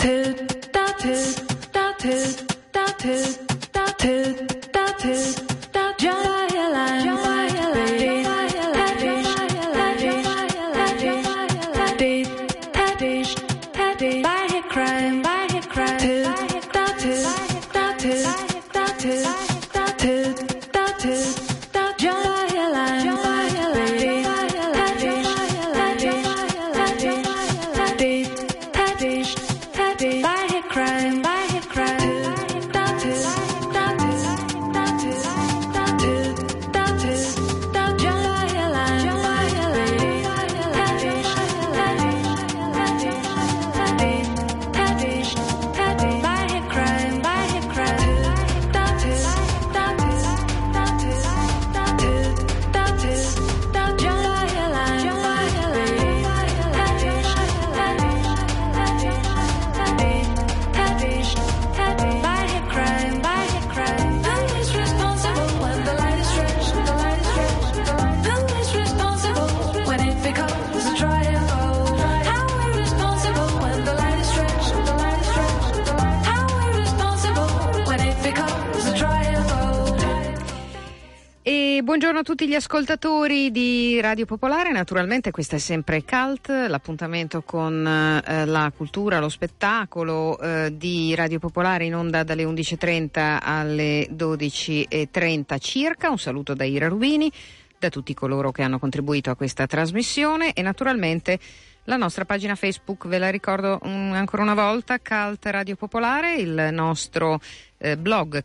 Buongiorno a tutti gli ascoltatori di Radio Popolare, naturalmente questa è sempre Cult, l'appuntamento con la cultura, lo spettacolo di Radio Popolare in onda dalle 11.30 alle 12.30 circa. Un saluto da Ira Rubini, da tutti coloro che hanno contribuito a questa trasmissione e naturalmente la nostra pagina Facebook, ve la ricordo ancora una volta, Cult Radio Popolare, il nostro blog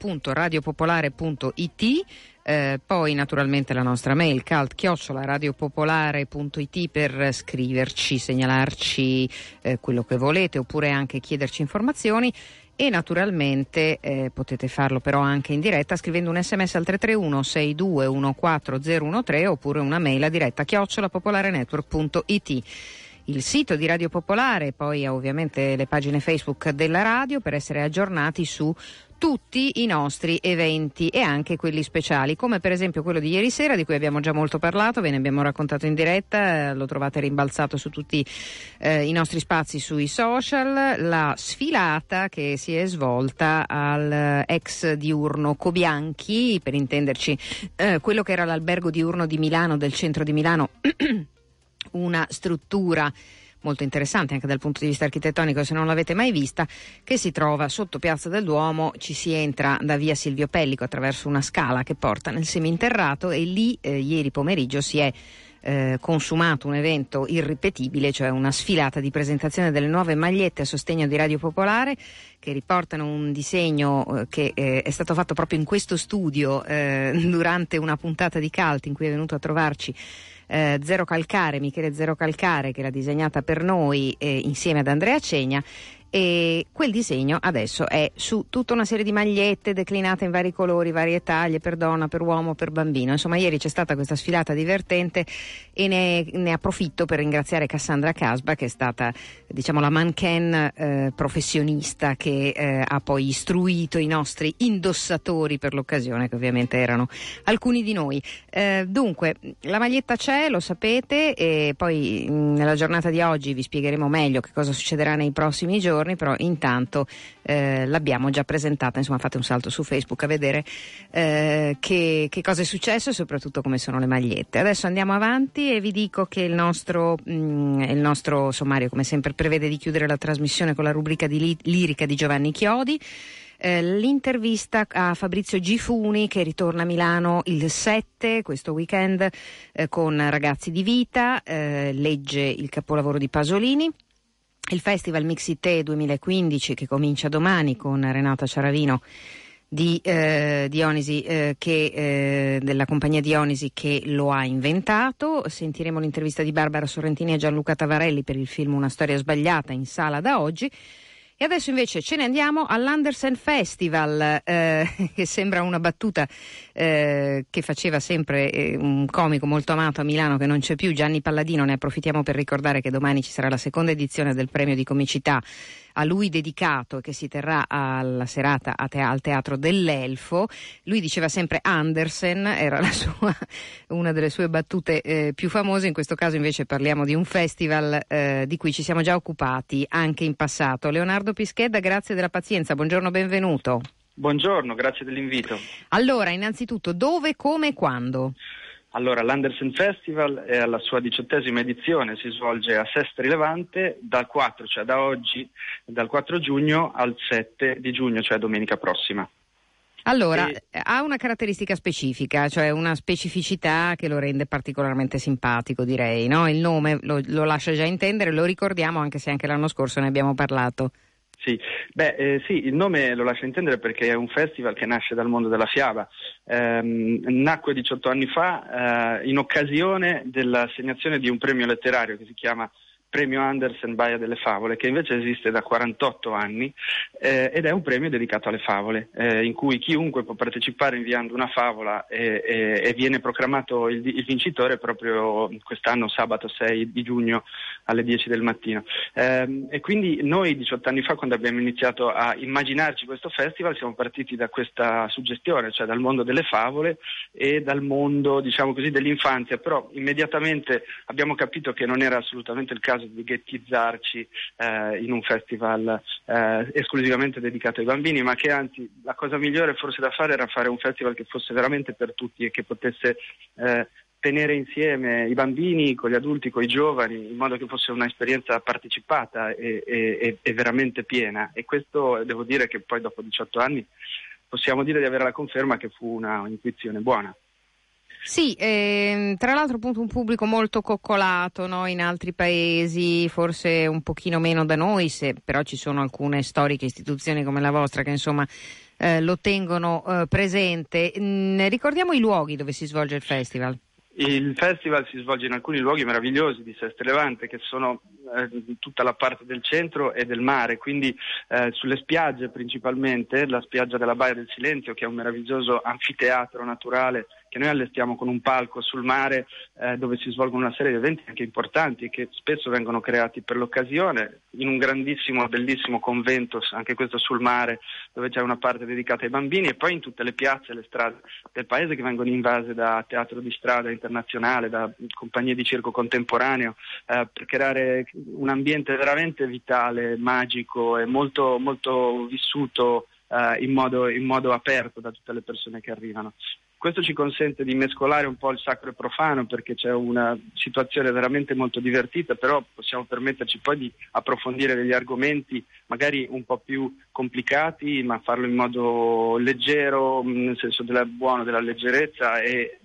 cult.radiopopolare.it. Poi naturalmente la nostra mail cult@radiopopolare.it per scriverci, segnalarci quello che volete oppure anche chiederci informazioni e naturalmente potete farlo però anche in diretta scrivendo un sms al 331 6214013 oppure una mail a diretta @popolarenetwork.it. Il sito di Radio Popolare, poi ovviamente le pagine Facebook della radio per essere aggiornati su tutti i nostri eventi e anche quelli speciali, come per esempio quello di ieri sera di cui abbiamo già molto parlato, ve ne abbiamo raccontato in diretta, lo trovate rimbalzato su tutti i nostri spazi sui social, la sfilata che si è svolta al ex diurno Cobianchi, per intenderci quello che era l'albergo diurno di Milano, del centro di Milano, una struttura molto interessante anche dal punto di vista architettonico, se non l'avete mai vista, che si trova sotto Piazza del Duomo. Ci si entra da via Silvio Pellico attraverso una scala che porta nel seminterrato e lì ieri pomeriggio si è consumato un evento irripetibile, cioè una sfilata di presentazione delle nuove magliette a sostegno di Radio Popolare che riportano un disegno che è stato fatto proprio in questo studio durante una puntata di Cult in cui è venuto a trovarci Zero Calcare, Michele Zero Calcare, che l'ha disegnata per noi insieme ad Andrea Cegna, e quel disegno adesso è su tutta una serie di magliette declinate in vari colori, varie taglie, per donna, per uomo, per bambino. Insomma, ieri c'è stata questa sfilata divertente e ne approfitto per ringraziare Cassandra Casba, che è stata, diciamo, la mannequin professionista che ha poi istruito i nostri indossatori per l'occasione, che ovviamente erano alcuni di noi. Dunque, la maglietta c'è, lo sapete, e poi nella giornata di oggi vi spiegheremo meglio che cosa succederà nei prossimi giorni, però intanto l'abbiamo già presentata, insomma fate un salto su Facebook a vedere che cosa è successo e soprattutto come sono le magliette. Adesso andiamo avanti e vi dico che il nostro sommario, come sempre, prevede di chiudere la trasmissione con la rubrica di lirica di Giovanni Chiodi, l'intervista a Fabrizio Gifuni, che ritorna a Milano il 7 questo weekend con Ragazzi di Vita, legge il capolavoro di Pasolini. Il Festival Mixité 2015 che comincia domani con Renata Ciaravino di Dionisi, della compagnia Dionisi, che lo ha inventato. Sentiremo l'intervista di Barbara Sorrentini e Gianluca Tavarelli per il film Una storia sbagliata, in sala da oggi. E adesso invece ce ne andiamo all'Andersen Festival, che sembra una battuta che faceva sempre un comico molto amato a Milano che non c'è più, Gianni Palladino. Ne approfittiamo per ricordare che domani ci sarà la seconda edizione del premio di comicità a lui dedicato e che si terrà alla serata al Teatro dell'Elfo. Lui diceva sempre Andersen, era una delle sue battute più famose. In questo caso invece parliamo di un festival di cui ci siamo già occupati anche in passato. Leonardo Pischedda, grazie della pazienza, buongiorno, benvenuto. Buongiorno, grazie dell'invito. Allora, innanzitutto, dove, come e quando? Allora, l'Andersen Festival è alla sua 18ª edizione, si svolge a Sestri Levante dal 4, cioè da oggi, dal 4 giugno al 7 di giugno, cioè domenica prossima. Allora, ha una caratteristica specifica, cioè una specificità che lo rende particolarmente simpatico, direi, no? Il nome lo lascia già intendere, lo ricordiamo anche se anche l'anno scorso ne abbiamo parlato. Sì, sì, il nome lo lascia intendere perché è un festival che nasce dal mondo della fiaba. Nacque 18 anni fa in occasione dell'assegnazione di un premio letterario che si chiama Premio Andersen Baia delle Favole, che invece esiste da 48 anni ed è un premio dedicato alle favole, in cui chiunque può partecipare inviando una favola e viene proclamato il vincitore proprio quest'anno, sabato 6 di giugno alle 10 del mattino. E quindi noi 18 anni fa, quando abbiamo iniziato a immaginarci questo festival, siamo partiti da questa suggestione, cioè dal mondo delle favole e dal mondo, diciamo così, dell'infanzia, però immediatamente abbiamo capito che non era assolutamente il caso di ghettizzarci in un festival esclusivamente dedicato ai bambini, ma che anzi la cosa migliore forse da fare era fare un festival che fosse veramente per tutti e che potesse tenere insieme i bambini con gli adulti, con i giovani, in modo che fosse un'esperienza partecipata e veramente piena. E questo devo dire che poi dopo 18 anni possiamo dire di avere la conferma che fu una intuizione buona. Sì, tra l'altro appunto un pubblico molto coccolato, no? In altri paesi, forse un pochino meno da noi, però ci sono alcune storiche istituzioni come la vostra che insomma lo tengono presente. Ricordiamo i luoghi dove si svolge il festival. Il festival si svolge in alcuni luoghi meravigliosi di Sestri Levante, che sono tutta la parte del centro e del mare, quindi sulle spiagge principalmente, la spiaggia della Baia del Silenzio, che è un meraviglioso anfiteatro naturale che noi allestiamo con un palco sul mare dove si svolgono una serie di eventi anche importanti che spesso vengono creati per l'occasione, in un grandissimo, bellissimo convento, anche questo sul mare, dove c'è una parte dedicata ai bambini, e poi in tutte le piazze e le strade del paese che vengono invase da teatro di strada internazionale, da compagnie di circo contemporaneo, per creare un ambiente veramente vitale, magico e molto, molto vissuto in modo aperto da tutte le persone che arrivano. Questo ci consente di mescolare un po' il sacro e profano, perché c'è una situazione veramente molto divertita, però possiamo permetterci poi di approfondire degli argomenti magari un po' più complicati, ma farlo in modo leggero, nel senso buono della leggerezza e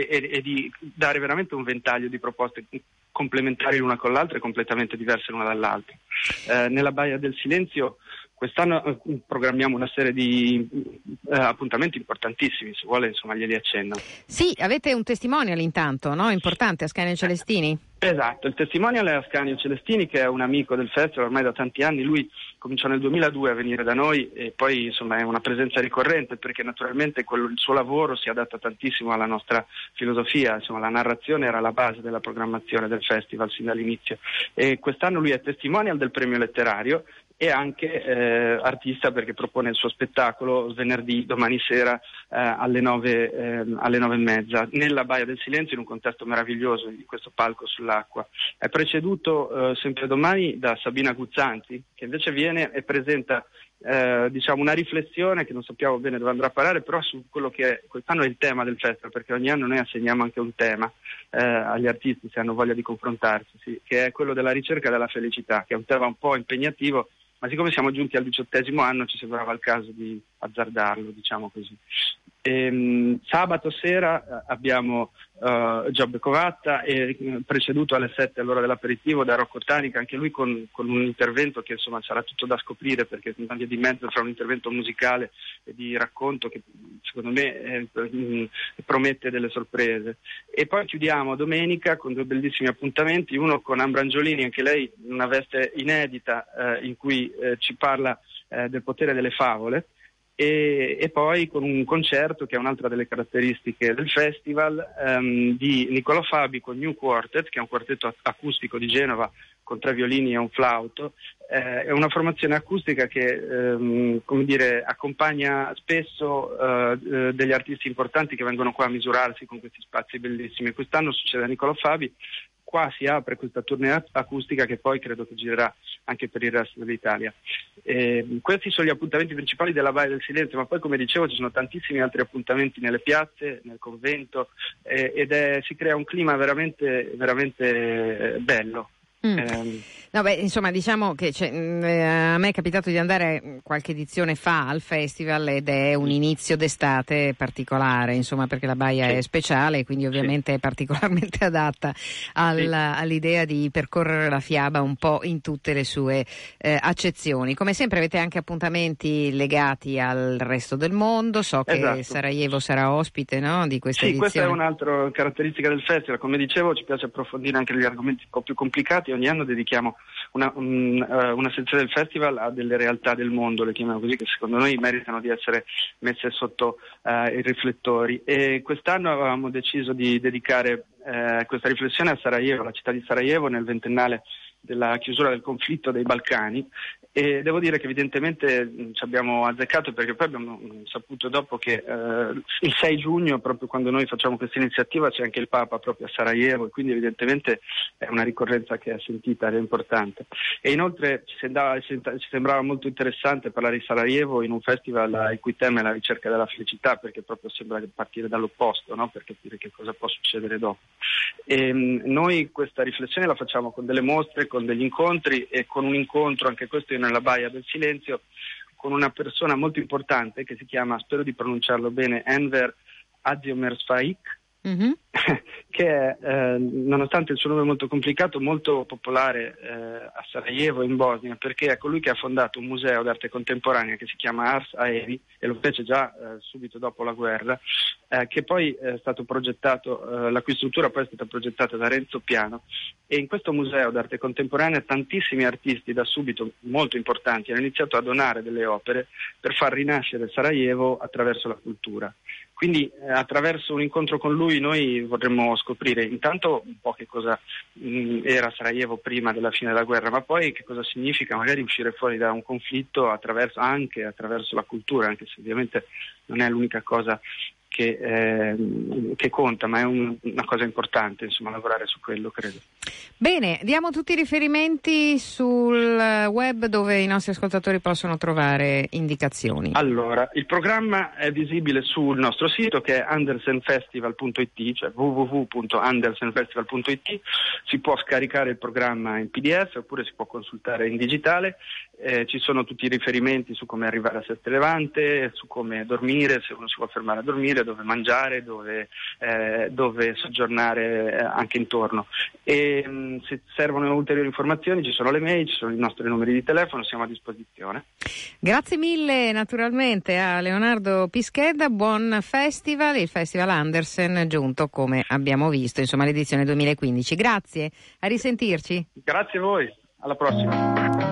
di dare veramente un ventaglio di proposte complementari l'una con l'altra e completamente diverse l'una dall'altra. Nella Baia del Silenzio quest'anno programmiamo una serie di appuntamenti importantissimi, se vuole insomma glieli accenno. Sì, avete un testimonial intanto, no? Importante, Ascanio Celestini? Esatto, il testimonial è Ascanio Celestini, che è un amico del festival ormai da tanti anni. Lui cominciò nel 2002 a venire da noi e poi insomma è una presenza ricorrente, perché naturalmente il suo lavoro si adatta tantissimo alla nostra filosofia. Insomma, la narrazione era la base della programmazione del festival sin dall'inizio, e quest'anno lui è testimonial del premio letterario e anche artista, perché propone il suo spettacolo venerdì, domani sera alle 9:30 nella Baia del Silenzio, in un contesto meraviglioso di questo palco sull'acqua. È preceduto sempre domani da Sabina Guzzanti, che invece viene e presenta diciamo una riflessione che non sappiamo bene dove andrà a parare, però su quello che quest'anno è il tema del festival, perché ogni anno noi assegniamo anche un tema agli artisti, se hanno voglia di confrontarsi, sì, che è quello della ricerca della felicità, che è un tema un po' impegnativo, ma siccome siamo giunti al 18° anno ci sembrava il caso di azzardarlo, diciamo così. Sabato sera abbiamo Giobbe Covatta, preceduto alle 7 all'ora dell'aperitivo da Rocco Tanica, anche lui con un intervento che insomma sarà tutto da scoprire, perché è una via di mezzo tra un intervento musicale e di racconto che secondo me promette delle sorprese. E poi chiudiamo domenica con 2 bellissimi appuntamenti, uno con Ambra Angiolini, anche lei in una veste inedita in cui ci parla del potere delle favole, e poi con un concerto che è un'altra delle caratteristiche del festival, di Niccolò Fabi con New Quartet, che è un quartetto acustico di Genova con 3 violini e un flauto. È una formazione acustica che accompagna spesso degli artisti importanti che vengono qua a misurarsi con questi spazi bellissimi. Quest'anno succede a Niccolò Fabi. Qua si apre questa tournée acustica che poi credo che girerà anche per il resto dell'Italia. Questi sono gli appuntamenti principali della Baia del Silenzio, ma poi, come dicevo, ci sono tantissimi altri appuntamenti nelle piazze, nel convento, si crea un clima veramente, veramente bello. Insomma, diciamo che a me è capitato di andare qualche edizione fa al festival ed è un inizio d'estate particolare, insomma, perché la Baia è speciale, quindi ovviamente è particolarmente adatta all'idea di percorrere la fiaba un po' in tutte le sue accezioni. Come sempre avete anche appuntamenti legati al resto del mondo, so che Sarajevo sarà ospite, no, di questa edizione. Sì, questa è un'altra caratteristica del festival. Come dicevo, ci piace approfondire anche gli argomenti un po' più complicati. Ogni anno dedichiamo una sezione del festival a delle realtà del mondo, le chiamiamo così, che secondo noi meritano di essere messe sotto i riflettori, e quest'anno avevamo deciso di dedicare questa riflessione a Sarajevo, la città di Sarajevo, nel ventennale della chiusura del conflitto dei Balcani, e devo dire che evidentemente ci abbiamo azzeccato, perché poi abbiamo saputo dopo che il 6 giugno, proprio quando noi facciamo questa iniziativa, c'è anche il Papa proprio a Sarajevo, e quindi evidentemente è una ricorrenza che è sentita ed è importante. E inoltre ci sembrava molto interessante parlare di Sarajevo in un festival il cui tema è la ricerca della felicità, perché proprio sembra partire dall'opposto, no? Per capire che cosa può succedere dopo. E noi questa riflessione la facciamo con delle mostre, con degli incontri, e con un incontro, anche questo nella Baia del Silenzio, con una persona molto importante che si chiama, spero di pronunciarlo bene, Enver Aziomersfaik, che è, nonostante il suo nome molto complicato, molto popolare a Sarajevo e in Bosnia, perché è colui che ha fondato un museo d'arte contemporanea che si chiama Ars Aevi, e lo fece già subito dopo la guerra, che poi è stato progettato, la cui struttura poi è stata progettata da Renzo Piano, e in questo museo d'arte contemporanea tantissimi artisti da subito molto importanti hanno iniziato a donare delle opere per far rinascere Sarajevo attraverso la cultura. Quindi attraverso un incontro con lui noi vorremmo scoprire intanto un po' che cosa era Sarajevo prima della fine della guerra, ma poi che cosa significa magari uscire fuori da un conflitto anche attraverso la cultura, anche se ovviamente non è l'unica cosa che conta, ma è una cosa importante, insomma, lavorare su quello, credo. Bene, diamo tutti i riferimenti sul web dove i nostri ascoltatori possono trovare indicazioni. Allora, il programma è visibile sul nostro sito, che è andersenfestival.it, cioè www.andersenfestival.it. Si può scaricare il programma in PDF oppure si può consultare in digitale. Ci sono tutti i riferimenti su come arrivare a Sette Levante, su come dormire, se uno si vuole fermare a dormire, dove mangiare, dove soggiornare anche intorno. E se servono ulteriori informazioni ci sono le mail, ci sono i nostri numeri di telefono, siamo a disposizione. Grazie mille naturalmente a Leonardo Pischedda, buon festival, il Festival Andersen giunto come abbiamo visto, insomma l'edizione 2015. Grazie, a risentirci. Grazie a voi, alla prossima.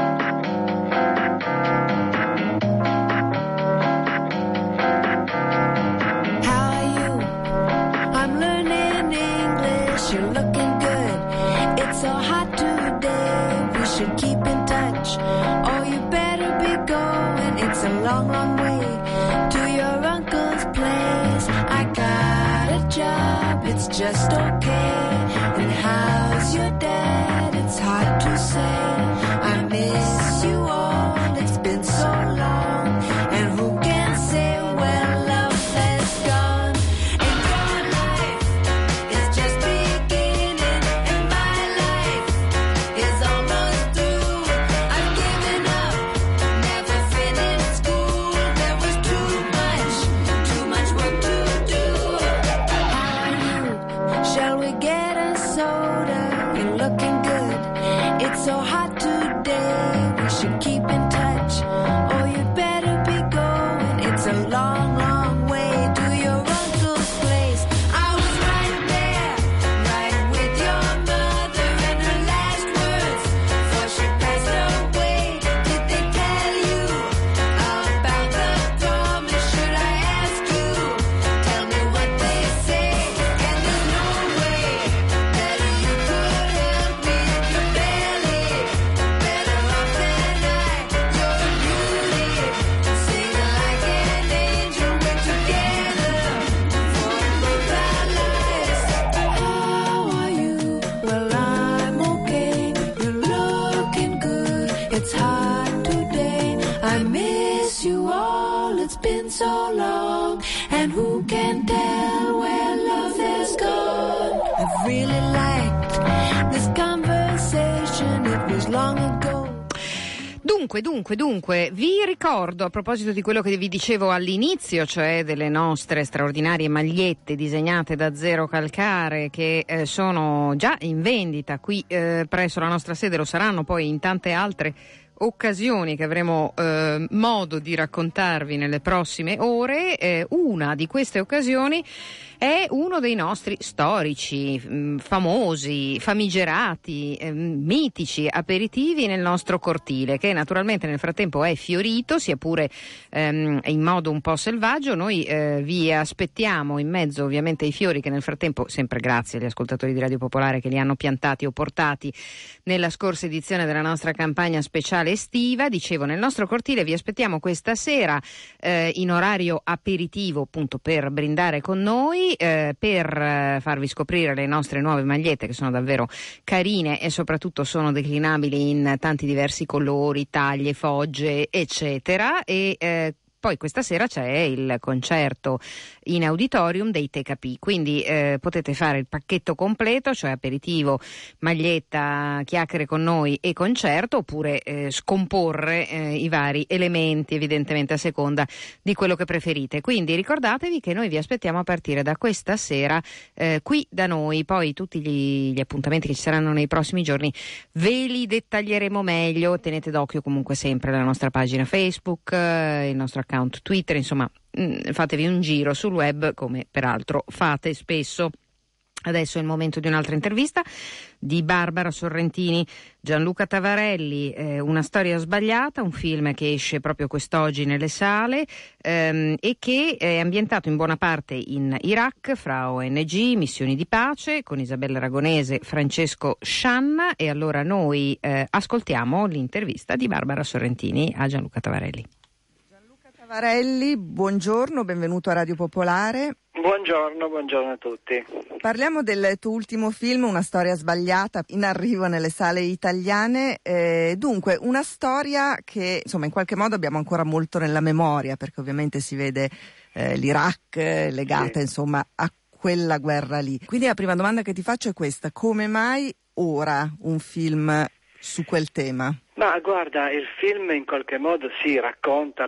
You're looking good, it's so hot today, we should keep in touch, or you better be going, it's a long, long way to your uncle's place. I got a job, it's just okay, and how's your dad, it's hard to say, I miss you all, it's been so long, and who can say when love has gone, and your life is just beginning, and my life is almost through. I've given up, never finished school. There was too much work to do. How are you? Shall we get a soda? You're looking good. It's so hot. I miss you all, it's been so long, and who can tell where love has gone? I've really liked this conversation, it was long ago. Dunque, vi ricordo a proposito di quello che vi dicevo all'inizio, cioè delle nostre straordinarie magliette disegnate da Zero Calcare che sono già in vendita qui presso la nostra sede, lo saranno poi in tante altre occasioni che avremo modo di raccontarvi nelle prossime ore. Una di queste occasioni è uno dei nostri storici, famosi, famigerati, mitici aperitivi nel nostro cortile, che naturalmente nel frattempo è fiorito, sia pure in modo un po' selvaggio. Noi vi aspettiamo in mezzo ovviamente ai fiori che nel frattempo, sempre grazie agli ascoltatori di Radio Popolare che li hanno piantati o portati nella scorsa edizione della nostra campagna speciale estiva. Dicevo, nel nostro cortile vi aspettiamo questa sera in orario aperitivo, appunto per brindare con noi, per farvi scoprire le nostre nuove magliette che sono davvero carine e soprattutto sono declinabili in tanti diversi colori, taglie, fogge, eccetera. E poi questa sera c'è il concerto in auditorium dei TKP, quindi potete fare il pacchetto completo, cioè aperitivo, maglietta, chiacchiere con noi e concerto, oppure scomporre i vari elementi, evidentemente a seconda di quello che preferite. Quindi ricordatevi che noi vi aspettiamo a partire da questa sera qui da noi. Poi tutti gli appuntamenti che ci saranno nei prossimi giorni ve li dettaglieremo meglio. Tenete d'occhio comunque sempre la nostra pagina Facebook, il nostro account Twitter, insomma fatevi un giro sul web come peraltro fate spesso. Adesso è il momento di un'altra intervista di Barbara Sorrentini, Gianluca Tavarelli, Una storia sbagliata, un film che esce proprio quest'oggi nelle sale e che è ambientato in buona parte in Iraq, fra ONG, missioni di pace, con Isabella Aragonese, Francesco Scianna. E allora noi ascoltiamo l'intervista di Barbara Sorrentini a Gianluca Tavarelli. Tavarelli, buongiorno, benvenuto a Radio Popolare. Buongiorno a tutti. Parliamo del tuo ultimo film, Una storia sbagliata, in arrivo nelle sale italiane. Dunque, una storia che insomma in qualche modo abbiamo ancora molto nella memoria, perché ovviamente si vede l'Iraq legata insomma a quella guerra lì. Quindi la prima domanda che ti faccio è questa: come mai ora un film su quel tema? Ma guarda, il film in qualche modo racconta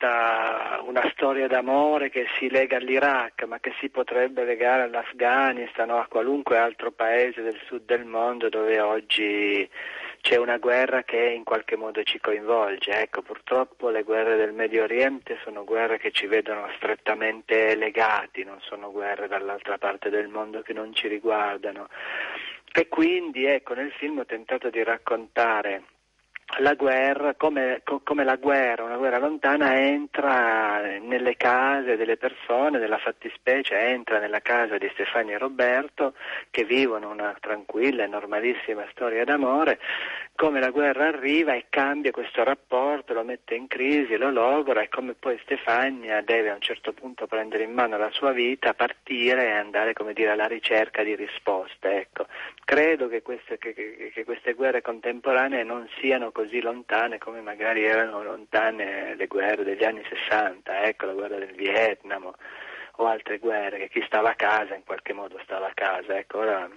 una storia d'amore che si lega all'Iraq, ma che si potrebbe legare all'Afghanistan o a qualunque altro paese del sud del mondo dove oggi c'è una guerra che in qualche modo ci coinvolge. Ecco, purtroppo le guerre del Medio Oriente sono guerre che ci vedono strettamente legati, non sono guerre dall'altra parte del mondo che non ci riguardano. E quindi, ecco, nel film ho tentato di raccontare la guerra, come la guerra, una guerra lontana, entra nelle case delle persone, nella fattispecie entra nella casa di Stefania e Roberto, che vivono una tranquilla e normalissima storia d'amore, come la guerra arriva e cambia questo rapporto, lo mette in crisi, lo logora, e come poi Stefania deve a un certo punto prendere in mano la sua vita, partire e andare, come dire, alla ricerca di risposte. Ecco, credo che queste guerre contemporanee non siano così lontane come magari erano lontane le guerre degli anni 60, ecco, la guerra del Vietnam o altre guerre, che chi stava a casa in qualche modo stava a casa. Ecco, ora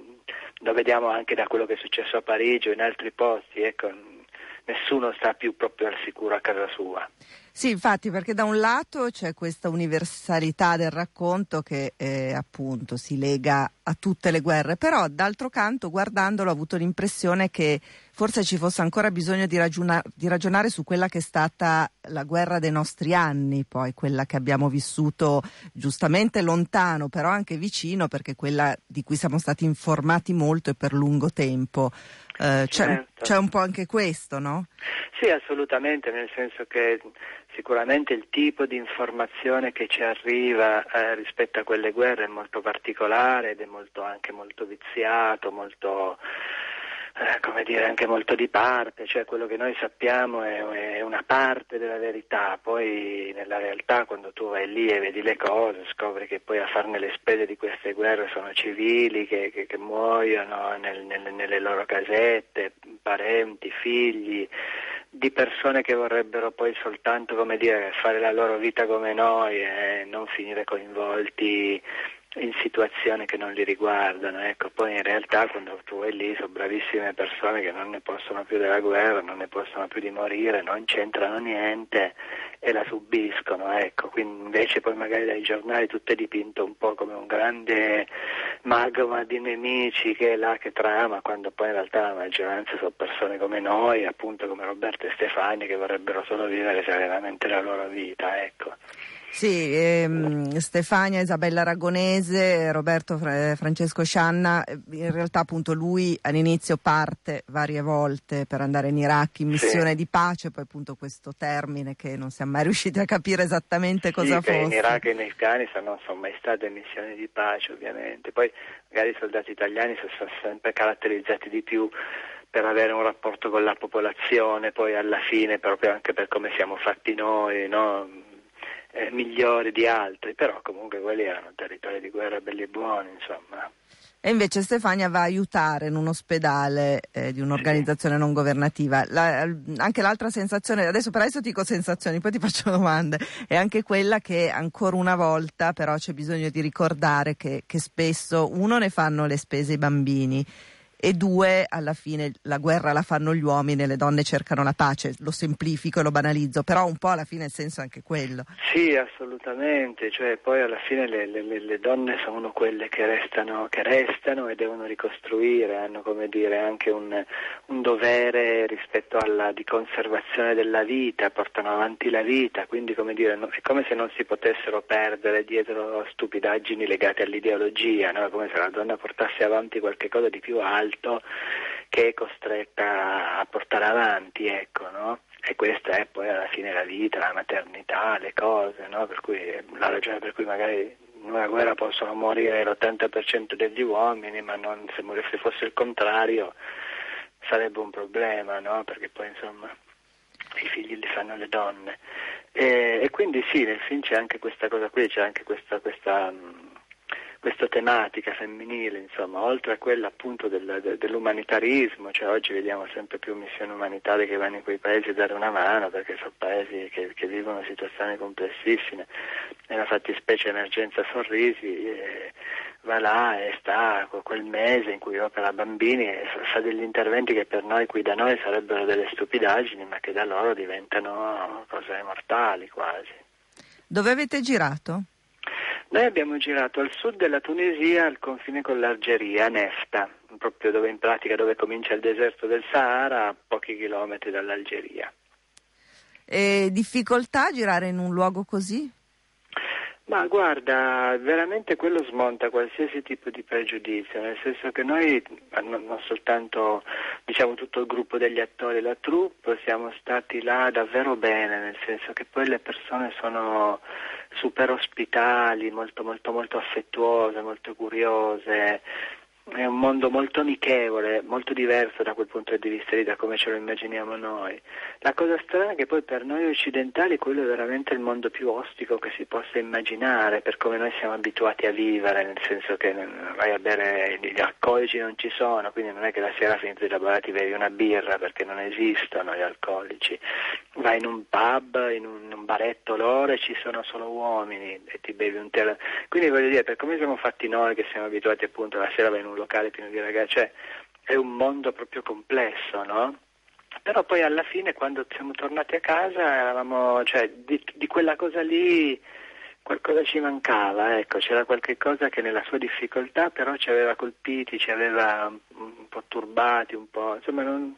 lo vediamo anche da quello che è successo a Parigi o in altri posti, ecco, nessuno sta più proprio al sicuro a casa sua. Sì, infatti, perché da un lato c'è questa universalità del racconto che appunto si lega a tutte le guerre, però d'altro canto, guardandolo, ho avuto l'impressione che forse ci fosse ancora bisogno di ragionare su quella che è stata la guerra dei nostri anni, poi quella che abbiamo vissuto giustamente lontano, però anche vicino, perché quella di cui siamo stati informati molto e per lungo tempo. C'è un po' anche questo, no? Sì, assolutamente, nel senso che sicuramente il tipo di informazione che ci arriva rispetto a quelle guerre è molto particolare ed è anche molto viziato, molto anche molto di parte, cioè quello che noi sappiamo è una parte della verità, poi nella realtà quando tu vai lì e vedi le cose scopri che poi a farne le spese di queste guerre sono civili che muoiono nelle loro casette, parenti, figli, di persone che vorrebbero poi soltanto, come dire, fare la loro vita come noi e non finire coinvolti in situazioni che non li riguardano. Ecco, poi in realtà quando tu vai lì sono bravissime persone che non ne possono più della guerra, non ne possono più di morire, non c'entrano niente e la subiscono, ecco. Quindi invece poi magari dai giornali tutto è dipinto un po' come un grande magma di nemici che è là che trama, quando poi in realtà la maggioranza sono persone come noi, appunto come Roberto e Stefani, che vorrebbero solo vivere serenamente la loro vita, ecco. Sì, Stefania, Isabella Aragonese, Roberto Francesco Scianna, in realtà appunto lui all'inizio parte varie volte per andare in Iraq in missione di pace, poi appunto questo termine che non siamo mai riusciti a capire esattamente cosa fosse. In Iraq e in Afghanistan non sono mai state missioni di pace ovviamente, poi magari i soldati italiani sono sempre caratterizzati di più per avere un rapporto con la popolazione, poi alla fine proprio anche per come siamo fatti noi, no? Migliori di altri, però comunque quelli erano territori di guerra belli e buoni, insomma. E invece Stefania va a aiutare in un ospedale di un'organizzazione non governativa. Anche l'altra sensazione, adesso ti dico sensazioni, poi ti faccio domande, è anche quella che ancora una volta però c'è bisogno di ricordare che spesso uno ne fanno le spese i bambini e due, alla fine la guerra la fanno gli uomini e le donne cercano la pace. Lo semplifico e lo banalizzo, però un po' alla fine il senso è anche quello. Sì, assolutamente, cioè poi alla fine le donne sono quelle che restano e devono ricostruire, hanno, come dire, anche un dovere rispetto di conservazione della vita, portano avanti la vita, quindi, come dire, è come se non si potessero perdere dietro stupidaggini legate all'ideologia, no? Come se la donna portasse avanti qualche cosa di più alto che è costretta a portare avanti, ecco, no? E questa è poi alla fine la vita, la maternità, le cose, no? Per cui la ragione per cui magari in una guerra possono morire l'80% degli uomini, ma non, se fosse il contrario sarebbe un problema, no? Perché poi insomma i figli li fanno le donne. E quindi sì, nel film c'è anche questa cosa qui, c'è anche questa tematica femminile, insomma, oltre a quella appunto dell'umanitarismo, cioè oggi vediamo sempre più missioni umanitarie che vanno in quei paesi a dare una mano, perché sono paesi che vivono situazioni complessissime. Nella fattispecie Emergenza Sorrisi va là e sta quel mese in cui opera bambini e fa degli interventi che per noi qui da noi sarebbero delle stupidaggini, ma che da loro diventano cose mortali quasi. Dove avete girato? Noi abbiamo girato al sud della Tunisia, al confine con l'Algeria, a Nefta, proprio dove in pratica dove comincia il deserto del Sahara, a pochi chilometri dall'Algeria. E difficoltà a girare in un luogo così? Ma guarda, veramente quello smonta qualsiasi tipo di pregiudizio, nel senso che noi, non soltanto diciamo tutto il gruppo degli attori e la troupe, siamo stati là davvero bene, nel senso che poi le persone sono super ospitali, molto molto molto affettuose, molto curiose. È un mondo molto amichevole, molto diverso da quel punto di vista lì, da come ce lo immaginiamo noi. La cosa strana è che poi per noi occidentali quello è veramente il mondo più ostico che si possa immaginare, per come noi siamo abituati a vivere, nel senso che vai a bere, gli alcolici non ci sono, quindi non è che la sera finito di lavorare ti bevi una birra, perché non esistono gli alcolici. Vai in un pub, in un baretto loro e ci sono solo uomini e ti bevi un tè. Quindi voglio dire, per come siamo fatti noi che siamo abituati appunto la sera vai in un locale pieno di ragazzi, cioè è un mondo proprio complesso, no? Però poi alla fine quando siamo tornati a casa eravamo, cioè di quella cosa lì qualcosa ci mancava, ecco, c'era qualche cosa che nella sua difficoltà però ci aveva colpiti, ci aveva un po' turbati, un po', insomma non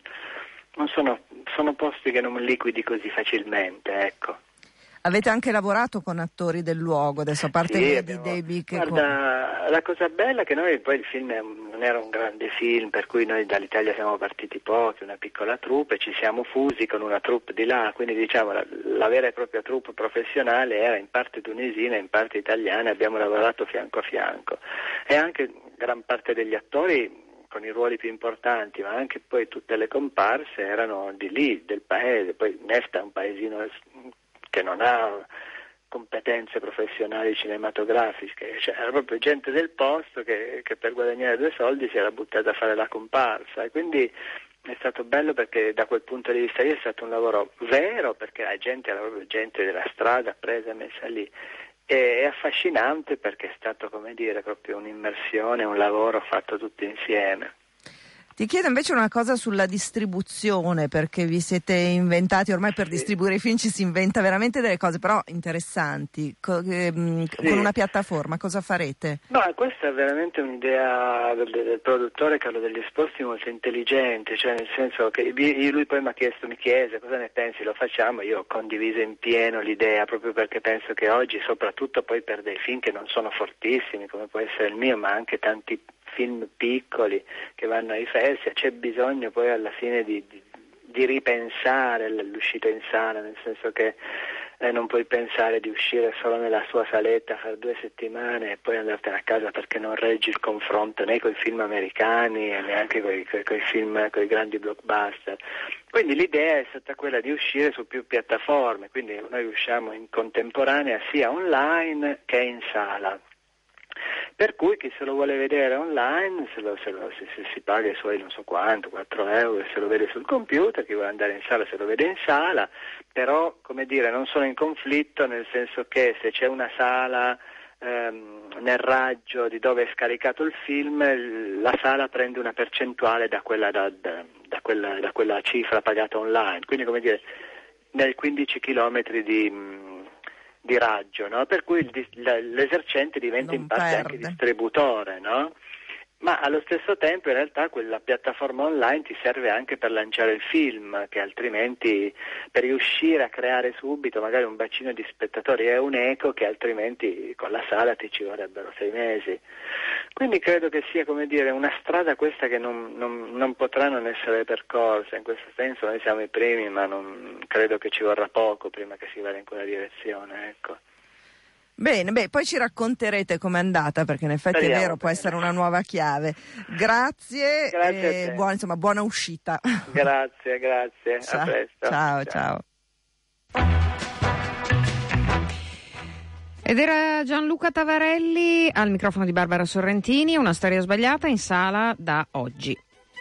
sono posti che non liquidi così facilmente, ecco. Avete anche lavorato con attori del luogo, adesso a parte di Debbie che... Guarda, la cosa bella è che noi poi il film non era un grande film, per cui noi dall'Italia siamo partiti pochi, una piccola troupe, e ci siamo fusi con una troupe di là, quindi diciamo la vera e propria troupe professionale era in parte tunisina, in parte italiana, abbiamo lavorato fianco a fianco e anche gran parte degli attori con i ruoli più importanti, ma anche poi tutte le comparse erano di lì, del paese. Poi Nefta è un paesino che non ha competenze professionali cinematografiche, cioè era proprio gente del posto che per guadagnare due soldi si era buttata a fare la comparsa, e quindi È stato bello perché da quel punto di vista lì è stato un lavoro vero, perché la gente era proprio gente della strada presa e messa lì. E è affascinante perché è stato, come dire, proprio un'immersione, un lavoro fatto tutti insieme. Ti chiedo invece una cosa sulla distribuzione, perché vi siete inventati, ormai per distribuire i film ci si inventa veramente delle cose, però interessanti. Con una piattaforma cosa farete? No, questa è veramente un'idea del produttore Carlo Degli Esposti molto intelligente, cioè nel senso che lui poi mi chiese cosa ne pensi, lo facciamo, io ho condiviso in pieno l'idea, proprio perché penso che oggi, soprattutto poi per dei film che non sono fortissimi, come può essere il mio, ma anche tanti film piccoli che vanno ai festival, c'è bisogno poi alla fine di ripensare l'uscita in sala, nel senso che non puoi pensare di uscire solo nella sua saletta, fare 2 settimane e poi andartene a casa, perché non reggi il confronto né con i film americani e neanche con i film, con i grandi blockbuster. Quindi l'idea è stata quella di uscire su più piattaforme, quindi noi usciamo in contemporanea sia online che in sala. Per cui chi se lo vuole vedere online se si paga i suoi non so quanto, 4 euro, e se lo vede sul computer, chi vuole andare in sala se lo vede in sala, però come dire non sono in conflitto, nel senso che se c'è una sala nel raggio di dove è scaricato il film, la sala prende una percentuale da quella cifra pagata online, quindi come dire nel 15 chilometri di raggio, no? Per cui l'esercente diventa Non in parte perde. anche distributore, no? Ma allo stesso tempo in realtà quella piattaforma online ti serve anche per lanciare il film, che altrimenti per riuscire a creare subito magari un bacino di spettatori è un eco che altrimenti con la sala ti ci vorrebbero 6 mesi. Quindi credo che sia, come dire, una strada questa che non potrà non essere percorsa. In questo senso noi siamo i primi, ma non credo che ci vorrà poco prima che si vada in quella direzione, ecco. Bene, poi ci racconterete com'è andata, perché in effetti Speriamo, è vero, può essere una nuova chiave. Grazie Grazie e a te. buona uscita. Grazie, Ciao, a presto. ciao. Ed era Gianluca Tavarelli al microfono di Barbara Sorrentini, Una storia sbagliata, in sala da oggi.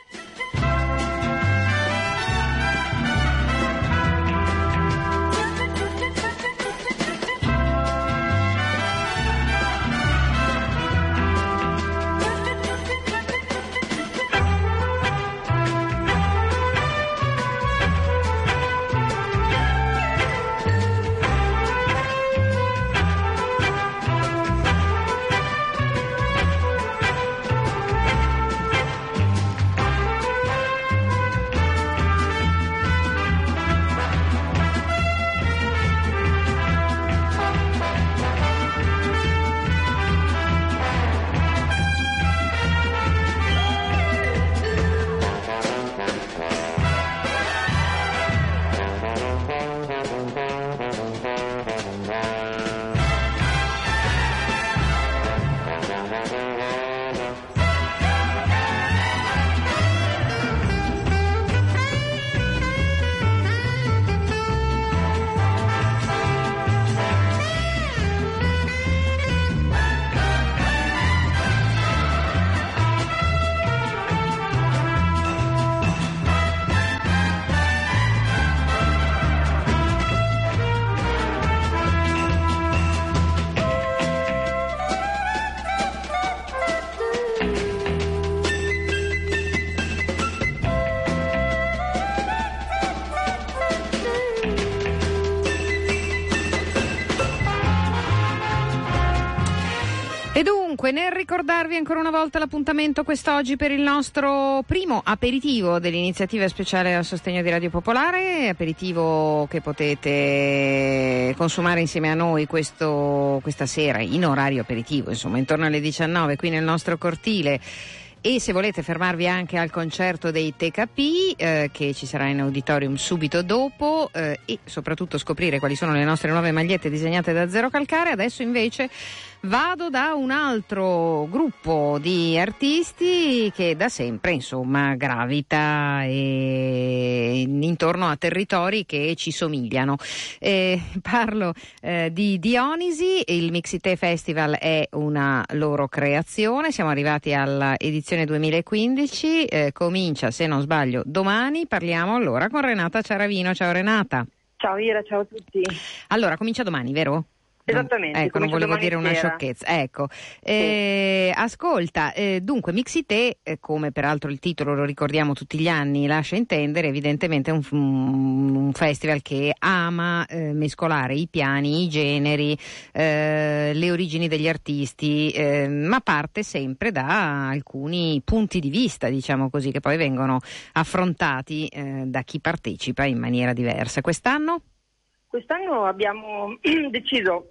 E dunque, nel ricordarvi ancora una volta l'appuntamento quest'oggi per il nostro primo aperitivo dell'iniziativa speciale a sostegno di Radio Popolare, aperitivo che potete consumare insieme a noi questa sera in orario aperitivo, insomma intorno alle 19 qui nel nostro cortile. E se volete fermarvi anche al concerto dei TKP che ci sarà in auditorium subito dopo e soprattutto scoprire quali sono le nostre nuove magliette disegnate da Zero Calcare, adesso invece vado da un altro gruppo di artisti che da sempre insomma gravita intorno a territori che ci somigliano. Parlo di Dionisi, il Mixité Festival è una loro creazione, siamo arrivati alla edizione edizione 2015, comincia, se non sbaglio, domani. Parliamo allora con Renata Ciaravino. Ciao Renata. Ciao Ira, ciao a tutti. Allora, comincia domani, vero? Esattamente. Ecco, non volevo dire una sciocchezza. Ecco, ascolta, dunque Mixité, come peraltro il titolo lo ricordiamo tutti gli anni, lascia intendere evidentemente un festival che ama mescolare i piani, i generi, le origini degli artisti, ma parte sempre da alcuni punti di vista, diciamo così, che poi vengono affrontati da chi partecipa in maniera diversa. Quest'anno abbiamo deciso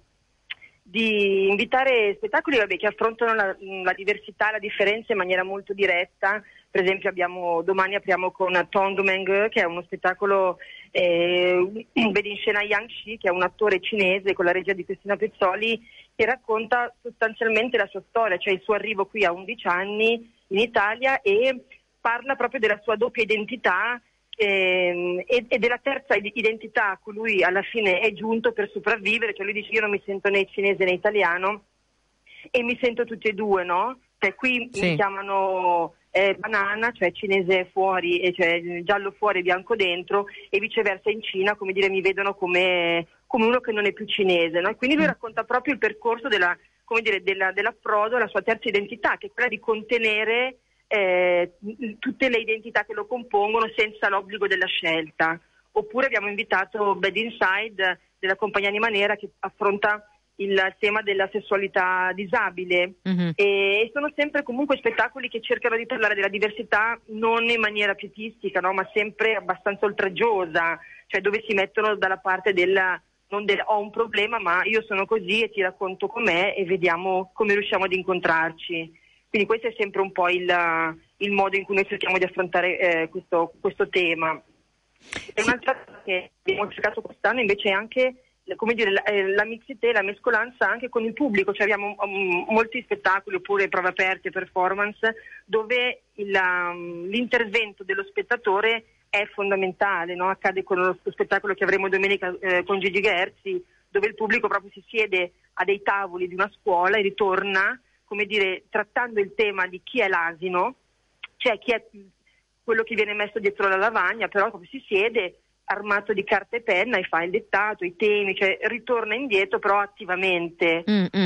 di invitare spettacoli che affrontano la diversità, la differenza in maniera molto diretta. Per esempio domani apriamo con Tongmeng, che è uno spettacolo vede in scena Yang Shi, che è un attore cinese con la regia di Cristina Pezzoli, che racconta sostanzialmente la sua storia, cioè il suo arrivo qui a 11 anni in Italia, e parla proprio della sua doppia identità e della terza identità a cui lui alla fine è giunto per sopravvivere. Cioè lui dice: io non mi sento né cinese né italiano e mi sento tutti e due, no? Cioè qui sì. Mi chiamano banana, cioè cinese fuori, e cioè giallo fuori e bianco dentro, e viceversa in Cina, come dire, mi vedono come uno che non è più cinese, no? E quindi lui racconta proprio il percorso dell'approdo alla sua terza identità, che è quella di contenere tutte le identità che lo compongono senza l'obbligo della scelta. Oppure abbiamo invitato Bad Inside della compagnia Anima Nera, che affronta il tema della sessualità disabile, e sono sempre comunque spettacoli che cercano di parlare della diversità non in maniera pietistica, no? Ma sempre abbastanza oltraggiosa, cioè dove si mettono dalla parte ho un problema ma io sono così e ti racconto com'è e vediamo come riusciamo ad incontrarci. Quindi questo è sempre un po' il modo in cui noi cerchiamo di affrontare questo tema. E un'altra cosa che abbiamo cercato quest'anno invece è anche, come dire, la mixité, la mescolanza anche con il pubblico. Cioè abbiamo molti spettacoli oppure prove aperte, performance, dove l'intervento dello spettatore è fondamentale, no? Accade con lo spettacolo che avremo domenica con Gigi Gerzi, dove il pubblico proprio si siede a dei tavoli di una scuola e ritorna, come dire, trattando il tema di chi è l'asino, cioè chi è quello che viene messo dietro la lavagna, però proprio si siede armato di carta e penna e fa il dettato, i temi, cioè ritorna indietro però attivamente.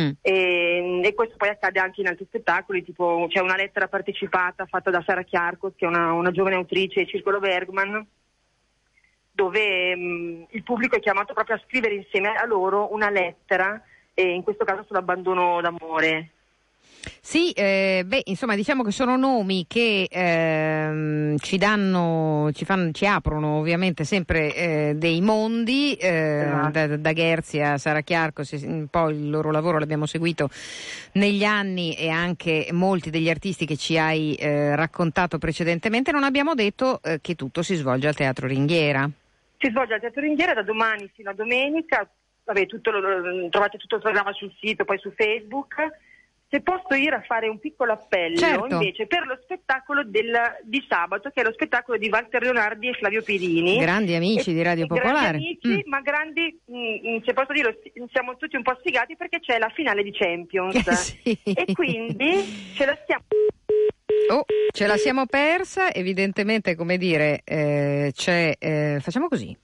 E questo poi accade anche in altri spettacoli, tipo c'è una lettera partecipata fatta da Sara Chiarcos, che è una giovane autrice del Circolo Bergman, dove il pubblico è chiamato proprio a scrivere insieme a loro una lettera, in questo caso sull'abbandono d'amore. Sì, insomma, diciamo che sono nomi che ci aprono ovviamente sempre dei mondi, da Gerzi a Sara Chiarcos. Poi il loro lavoro l'abbiamo seguito negli anni e anche molti degli artisti che ci hai raccontato precedentemente. Non abbiamo detto che tutto si svolge al Teatro Ringhiera. Si svolge al Teatro Ringhiera da domani fino a domenica. Vabbè, trovate tutto il programma sul sito, poi su Facebook. Se posso a fare un piccolo appello, certo, invece per lo spettacolo di sabato, che è lo spettacolo di Walter Leonardi e Flavio Pirini. Grandi amici di Radio Popolare. Grandi amici, ma grandi, se posso dire, siamo tutti un po' sfigati perché c'è la finale di Champions. Sì. E quindi ce la siamo persa, evidentemente, come dire, facciamo così.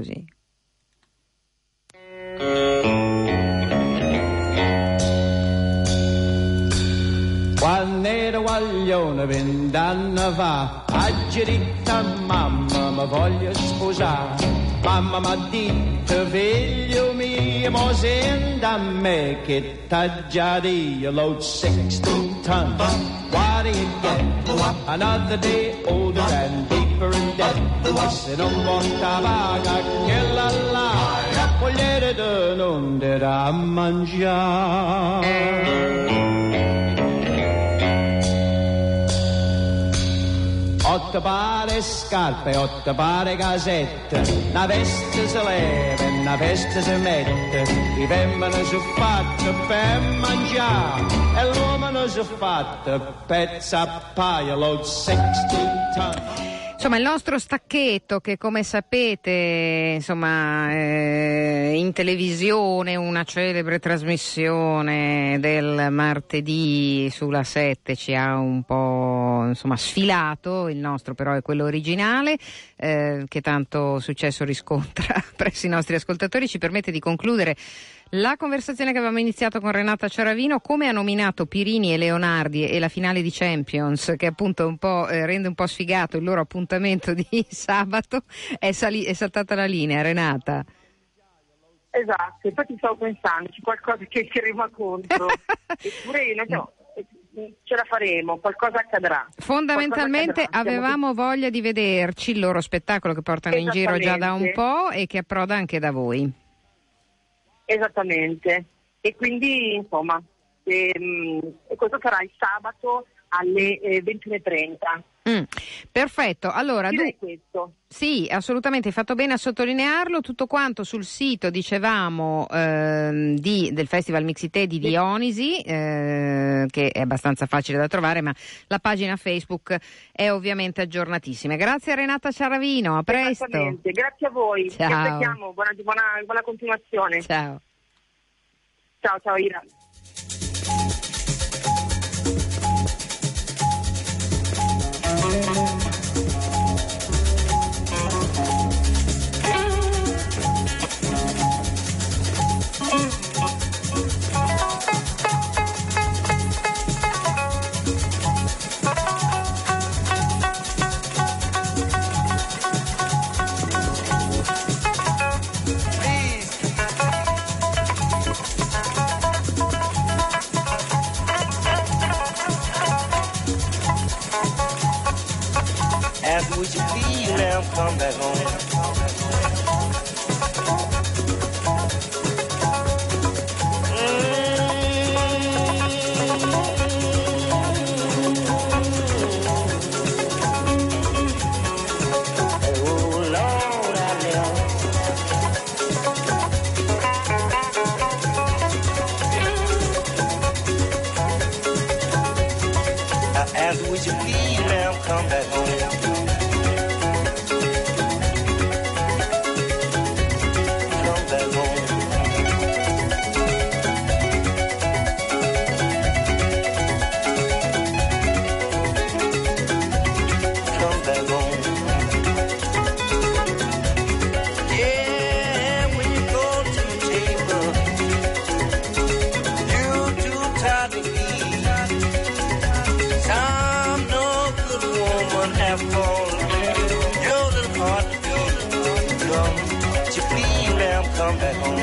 Quando ero guaglione 20 anni fa, oggi detta mamma mi voglio sposare. Mamma m'ha detto figlio mio, mo senta a me che t'ha già io load 16 tons. What do you get? Another day older and deeper in debt. Se non porta vaga che la vogliere da non darà a mangiare. 8 pare scarpe, 8 pare casette, una veste si leva e una veste si mette, i femmine si fatte per mangiare e l'uomo si fatte pezza a paio, load 16 tons. Insomma, il nostro stacchetto che, come sapete, insomma, in televisione una celebre trasmissione del martedì sulla 7 ci ha un po' sfilato, il nostro però è quello originale, che tanto successo riscontra presso i nostri ascoltatori, ci permette di concludere la conversazione che avevamo iniziato con Renata Ciaravino. Come ha nominato Pirini e Leonardi e la finale di Champions, che appunto un po' rende un po' sfigato il loro appuntamento di sabato, è saltata la linea, Renata. Esatto, infatti stavo pensando, c'è qualcosa che rima contro, eppure ce la faremo, qualcosa accadrà. Fondamentalmente avevamo voglia di vederci, il loro spettacolo che portano in giro già da un po' e che approda anche da voi. Esattamente, e quindi insomma questo sarà il sabato alle 21:30. Perfetto, allora questo. Sì, assolutamente, hai fatto bene a sottolinearlo. Tutto quanto sul sito, dicevamo, del Festival Mixité di Dionisi, che è abbastanza facile da trovare, ma la pagina Facebook è ovviamente aggiornatissima. Grazie a Renata Ciaravino, a presto. Esattamente, grazie a voi. Ciao. Ci aspettiamo, buona continuazione. Ciao. Ciao Ira. Would you please now come back home? Oh Lord, I know. I ask, would you please now come back home? Come back home.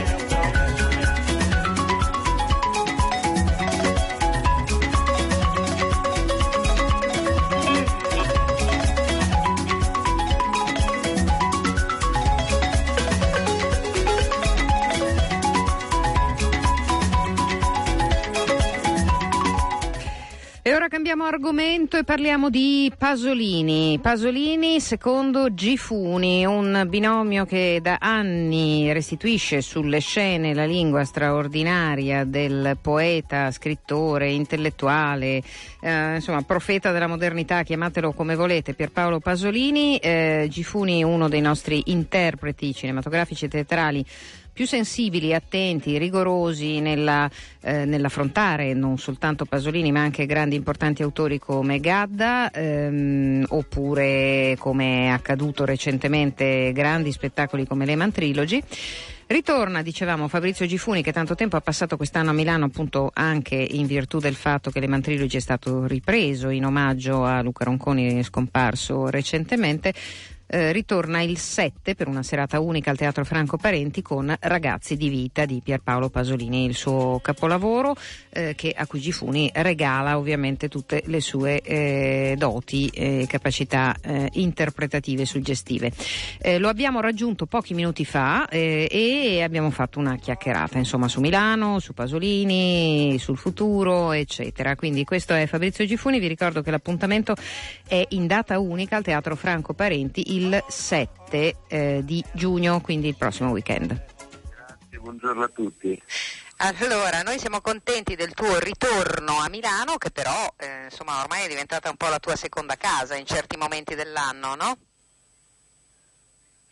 E ora cambiamo argomento e parliamo di Pasolini. Pasolini secondo Gifuni, un binomio che da anni restituisce sulle scene la lingua straordinaria del poeta, scrittore, intellettuale, profeta della modernità, chiamatelo come volete, Pierpaolo Pasolini. Gifuni, uno dei nostri interpreti cinematografici e teatrali più sensibili, attenti, rigorosi nell'affrontare non soltanto Pasolini ma anche grandi importanti autori come Gadda, oppure, come è accaduto recentemente, grandi spettacoli come Lehman Trilogy. Ritorna, dicevamo, Fabrizio Gifuni, che tanto tempo ha passato quest'anno a Milano, appunto anche in virtù del fatto che Lehman Trilogy è stato ripreso in omaggio a Luca Ronconi, scomparso recentemente. Ritorna il 7 per una serata unica al Teatro Franco Parenti con Ragazzi di vita di Pierpaolo Pasolini, il suo capolavoro, a cui Gifuni regala ovviamente tutte le sue doti e capacità interpretative e suggestive. Lo abbiamo raggiunto pochi minuti fa e abbiamo fatto una chiacchierata su Milano, su Pasolini, sul futuro, eccetera. Quindi questo è Fabrizio Gifuni. Vi ricordo che l'appuntamento è in data unica al Teatro Franco Parenti il 7 di giugno, quindi il prossimo weekend. Grazie, buongiorno a tutti. Allora, noi siamo contenti del tuo ritorno a Milano, che però ormai è diventata un po' la tua seconda casa in certi momenti dell'anno, no?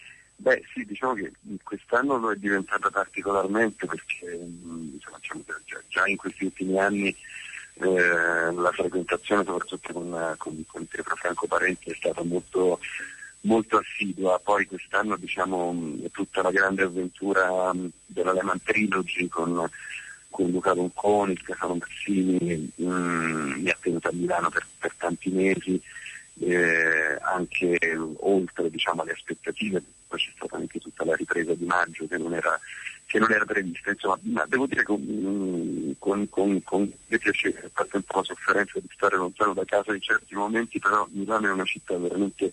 Beh sì, diciamo che quest'anno lo è diventata particolarmente perché insomma, già in questi ultimi anni la frequentazione soprattutto con il Pietro Franco Parenti è stata molto, molto assidua. Poi quest'anno diciamo tutta la grande avventura della Lehman Trilogy con Luca Ronconi, Stefano Massini mi ha tenuto a Milano per tanti mesi, anche oltre diciamo alle aspettative. Poi c'è stata anche tutta la ripresa di maggio che non era prevista, insomma, ma devo dire con piacere, a parte un po' la sofferenza di stare lontano da casa in certi momenti, però Milano è una città veramente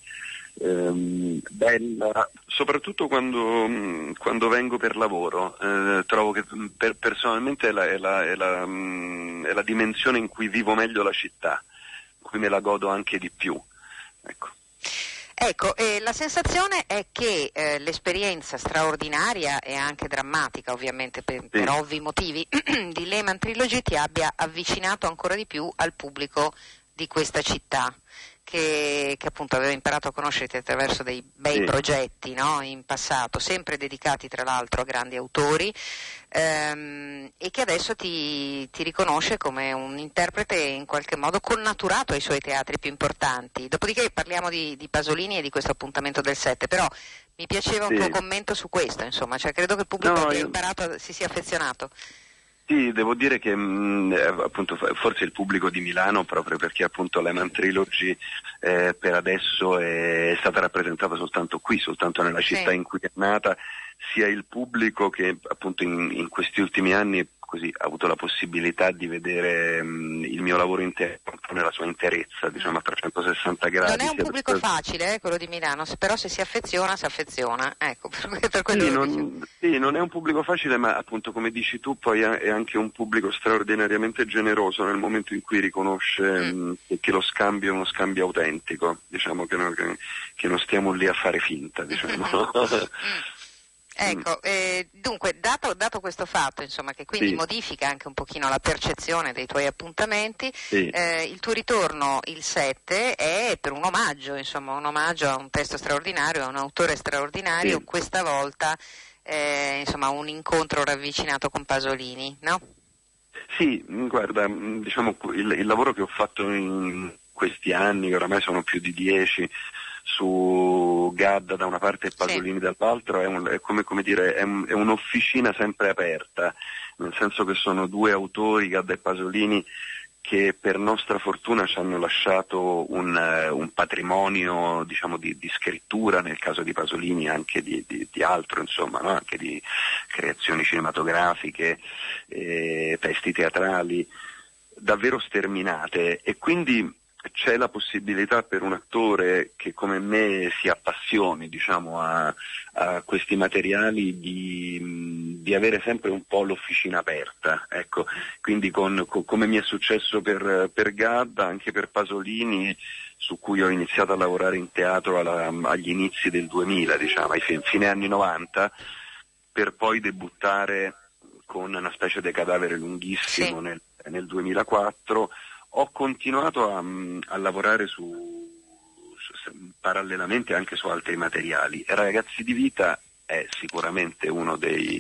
bella, soprattutto quando vengo per lavoro. Trovo che personalmente è la dimensione in cui vivo meglio la città, in cui me la godo anche di più. Ecco, la sensazione è che l'esperienza straordinaria e anche drammatica, ovviamente per ovvi motivi, di Lehman Trilogy ti abbia avvicinato ancora di più al pubblico di questa città, che appunto aveva imparato a conoscerti attraverso dei bei progetti, no? In passato, sempre dedicati tra l'altro a grandi autori, e che adesso ti riconosce come un interprete in qualche modo connaturato ai suoi teatri più importanti. Dopodiché parliamo di Pasolini e di questo appuntamento del 7, però mi piaceva un tuo commento su questo, insomma, cioè credo che il pubblico abbia imparato, si sia affezionato. Sì, devo dire che appunto forse il pubblico di Milano, proprio perché appunto Lehman Trilogy per adesso è stata rappresentata soltanto qui, soltanto nella città in cui è nata, sia il pubblico che appunto in questi ultimi anni così ha avuto la possibilità di vedere il mio lavoro intero nella sua interezza, diciamo a 360 gradi. Non è un pubblico facile, quello di Milano, però se si affeziona, ecco, per quello sì, non è un pubblico facile, ma appunto come dici tu poi è anche un pubblico straordinariamente generoso nel momento in cui riconosce che lo scambio è uno scambio autentico, diciamo che non stiamo lì a fare finta, diciamo. Ecco, dunque, dato questo fatto, insomma, che quindi modifica anche un pochino la percezione dei tuoi appuntamenti, il tuo ritorno il 7 è per un omaggio a un testo straordinario, a un autore straordinario, questa volta insomma un incontro ravvicinato con Pasolini, no? Sì, guarda, diciamo il lavoro che ho fatto in questi anni, che oramai sono più di 10, su Gadda da una parte e Pasolini dall'altra, è come dire, è un'officina sempre aperta, nel senso che sono due autori, Gadda e Pasolini, che per nostra fortuna ci hanno lasciato un patrimonio, diciamo, di scrittura, nel caso di Pasolini anche di altro, insomma, no? Anche di creazioni cinematografiche, testi teatrali davvero sterminate, e quindi c'è la possibilità per un attore che come me si appassioni, diciamo, a questi materiali di avere sempre un po' l'officina aperta, ecco. Quindi come mi è successo per Gadda, anche per Pasolini, su cui ho iniziato a lavorare in teatro agli inizi del 2000, diciamo, fine anni 90, per poi debuttare con Una specie di cadavere lunghissimo nel 2004. Ho continuato a lavorare parallelamente anche su altri materiali. Ragazzi di vita è sicuramente una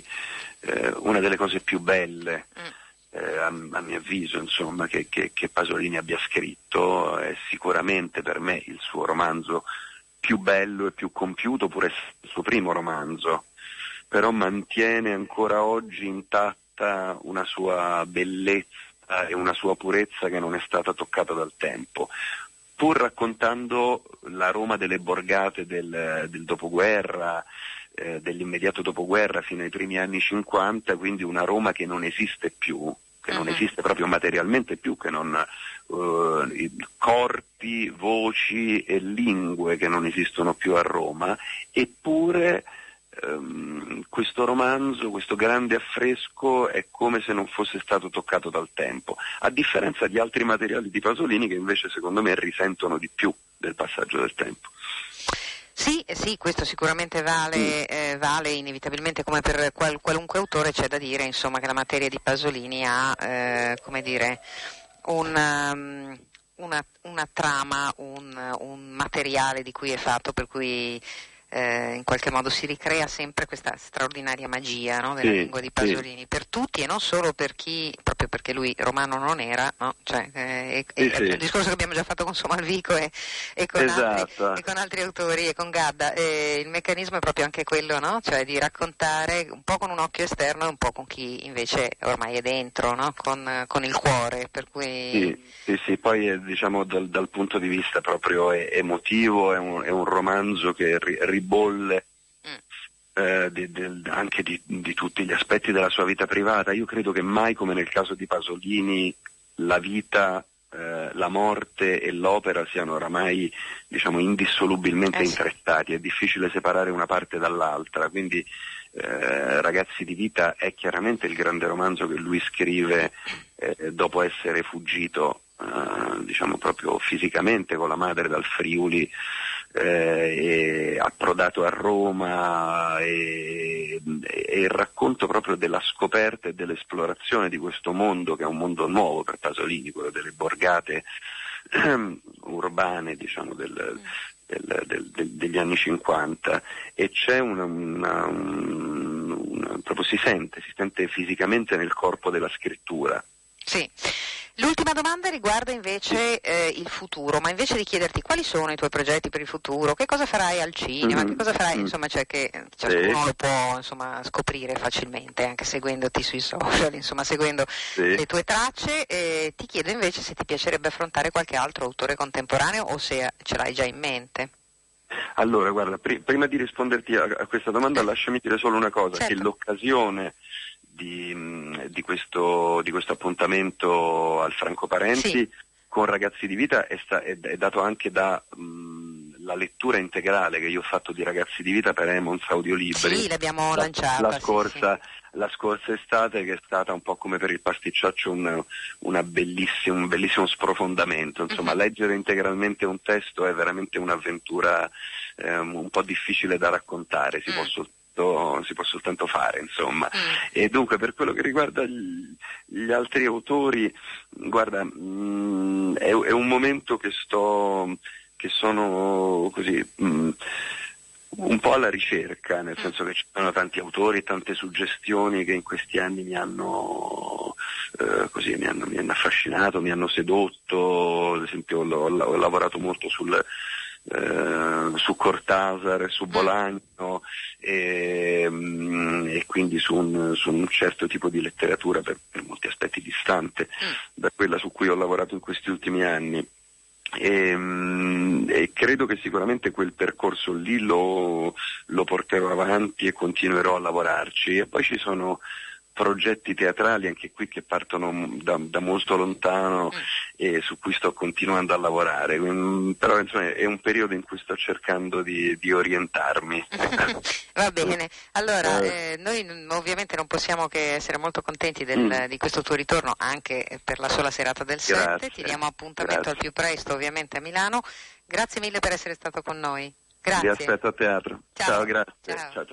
delle cose più belle, a mio avviso, insomma, che Pasolini abbia scritto. È sicuramente per me il suo romanzo più bello e più compiuto, pur essere il suo primo romanzo, però mantiene ancora oggi intatta una sua bellezza e una sua purezza che non è stata toccata dal tempo, pur raccontando la Roma delle borgate del dopoguerra, dell'immediato dopoguerra fino ai primi anni 50, quindi una Roma che non esiste più, che non esiste proprio materialmente più, che non corpi, voci e lingue che non esistono più a Roma, eppure questo romanzo, questo grande affresco è come se non fosse stato toccato dal tempo, a differenza di altri materiali di Pasolini che invece secondo me risentono di più del passaggio del tempo. Sì, questo sicuramente vale inevitabilmente come per qualunque autore. C'è da dire, insomma, che la materia di Pasolini ha, come dire, una trama, un materiale di cui è fatto, per cui in qualche modo si ricrea sempre questa straordinaria magia, no, della lingua di Pasolini, per tutti e non solo per chi, proprio perché lui romano non era, no? Cioè, è il discorso che abbiamo già fatto con Somalvico e con, e con altri autori e con Gadda. Il meccanismo è proprio anche quello, no? Cioè di raccontare un po' con un occhio esterno e un po' con chi invece ormai è dentro, no? Con il cuore, per cui... Sì, poi diciamo dal punto di vista proprio emotivo è un romanzo che ribolle anche di tutti gli aspetti della sua vita privata. Io credo che mai come nel caso di Pasolini la vita, la morte e l'opera siano oramai, diciamo, indissolubilmente intrecciati, è difficile separare una parte dall'altra, quindi Ragazzi di vita è chiaramente il grande romanzo che lui scrive dopo essere fuggito, diciamo proprio fisicamente con la madre dal Friuli, e approdato a Roma, e il racconto proprio della scoperta e dell'esplorazione di questo mondo, che è un mondo nuovo per Pasolini, quello delle borgate urbane, diciamo, degli anni 50, e c'è proprio si sente fisicamente nel corpo della scrittura. Sì. L'ultima domanda riguarda invece il futuro, ma invece di chiederti quali sono i tuoi progetti per il futuro, che cosa farai al cinema, che cosa farai, insomma, cioè che ciascuno lo può, insomma, scoprire facilmente anche seguendoti sui social, insomma, seguendo le tue tracce, ti chiedo invece se ti piacerebbe affrontare qualche altro autore contemporaneo o se ce l'hai già in mente. Allora, guarda, prima di risponderti a questa domanda lasciami dire solo una cosa, che l'occasione di questo appuntamento al Franco Parenti con Ragazzi di vita è dato anche da la lettura integrale che io ho fatto di Ragazzi di vita per Emons Audiolibri. Sì, l'abbiamo lanciata. La scorsa estate, che è stata un po' come per il pasticciaccio un bellissimo sprofondamento. Insomma, leggere integralmente un testo è veramente un'avventura un po' difficile da raccontare, si può soltanto fare, insomma. E dunque, per quello che riguarda gli altri autori, guarda, è un momento che sono così un po' alla ricerca, nel senso che ci sono tanti autori, tante suggestioni che in questi anni mi hanno affascinato, mi hanno sedotto. Ad esempio ho lavorato molto su Cortázar, su Bolaño, e quindi su un certo tipo di letteratura per molti aspetti distante da quella su cui ho lavorato in questi ultimi anni. E credo che sicuramente quel percorso lì lo porterò avanti e continuerò a lavorarci. E poi ci sono progetti teatrali anche qui che partono da molto lontano e su cui sto continuando a lavorare, però insomma è un periodo in cui sto cercando di orientarmi. Va bene, allora noi ovviamente non possiamo che essere molto contenti di questo tuo ritorno, anche per la sola serata del 7. Ti diamo appuntamento al più presto, ovviamente a Milano. Grazie mille per essere stato con noi. Grazie. Vi aspetto a teatro. Ciao, grazie. Ciao.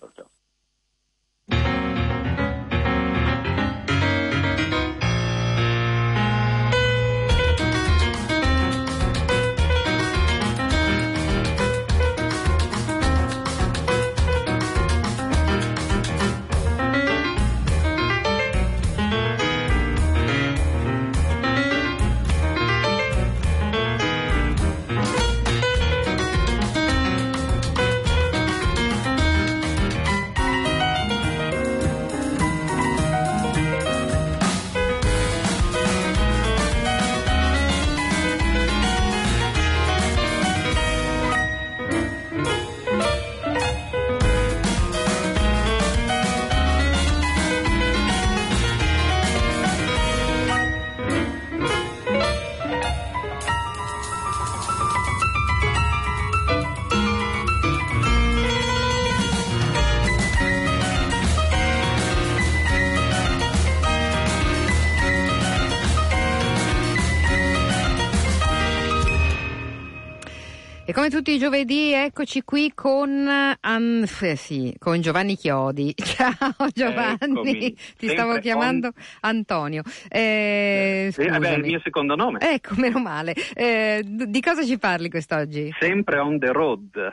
come tutti i giovedì, eccoci qui con Giovanni Chiodi. Ciao Giovanni, Eccomi. ti stavo chiamando Antonio. È il mio secondo nome. Ecco, meno male. Di cosa ci parli quest'oggi? Sempre on the road.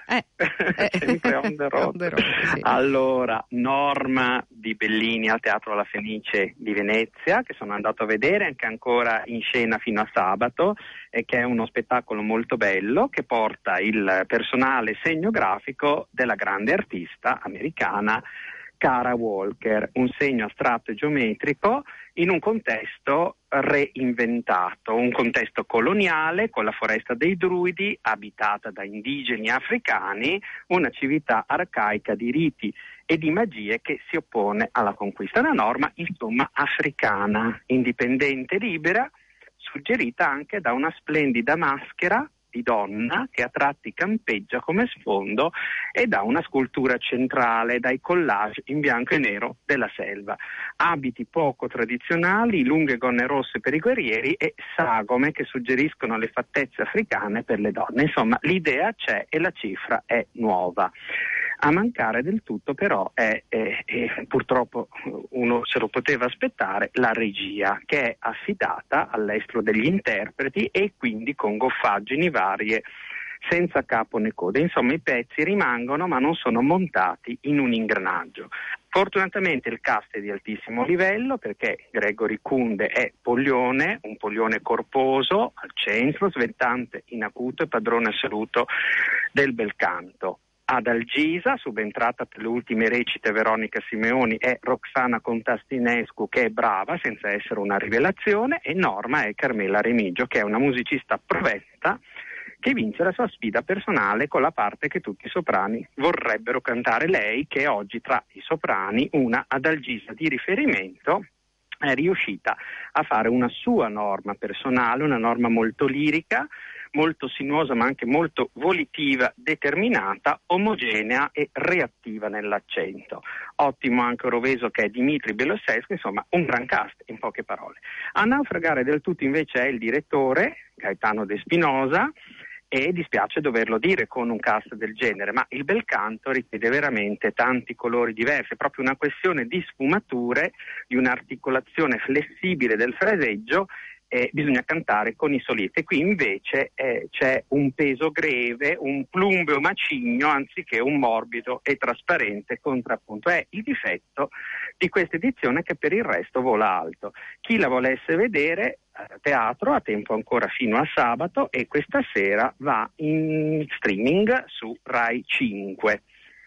Sempre on the road. Sì. Allora, Norma di Bellini al Teatro La Fenice di Venezia, che sono andato a vedere, anche ancora in scena fino a sabato, e che è uno spettacolo molto bello che porta il personale segnografico della grande artista americana Kara Walker, un segno astratto e geometrico in un contesto reinventato, un contesto coloniale con la foresta dei druidi abitata da indigeni africani, una civiltà arcaica di riti e di magie che si oppone alla conquista. Una norma insomma africana, indipendente, libera, suggerita anche da una splendida maschera di donna che a tratti campeggia come sfondo e da una scultura centrale, dai collage in bianco e nero della selva. Abiti poco tradizionali, lunghe gonne rosse per i guerrieri e sagome che suggeriscono le fattezze africane per le donne. Insomma, l'idea c'è e la cifra è nuova. A mancare del tutto però è purtroppo uno se lo poteva aspettare, la regia, che è affidata all'estro degli interpreti e quindi con goffaggini varie senza capo né coda. Insomma, i pezzi rimangono ma non sono montati in un ingranaggio. Fortunatamente il cast è di altissimo livello, perché Gregory Kunde è Poglione, un Poglione corposo al centro, svettante in acuto e padrone assoluto del bel canto. Ad Algisa, subentrata per le ultime recite Veronica Simeoni, è Roxana Contastinescu, che è brava senza essere una rivelazione, e Norma è Carmela Remigio, che è una musicista provetta che vince la sua sfida personale con la parte che tutti i soprani vorrebbero cantare. Lei, che è oggi tra i soprani una ad Algisa di riferimento, è riuscita a fare una sua norma personale, una norma molto lirica, molto sinuosa ma anche molto volitiva, determinata, omogenea e reattiva nell'accento. Ottimo anche Roveso, che è Dimitri Belosescu, insomma un gran cast in poche parole. A naufragare del tutto invece è il direttore Gaetano De Spinosa, e dispiace doverlo dire con un cast del genere, ma il bel canto richiede veramente tanti colori diversi, è proprio una questione di sfumature, di un'articolazione flessibile del fraseggio. Bisogna cantare con i solisti, e qui invece c'è un peso greve, un plumbeo macigno anziché un morbido e trasparente contrappunto. È il difetto di questa edizione, che per il resto vola alto. Chi la volesse vedere a teatro ha tempo ancora fino a sabato, e questa sera va in streaming su Rai 5.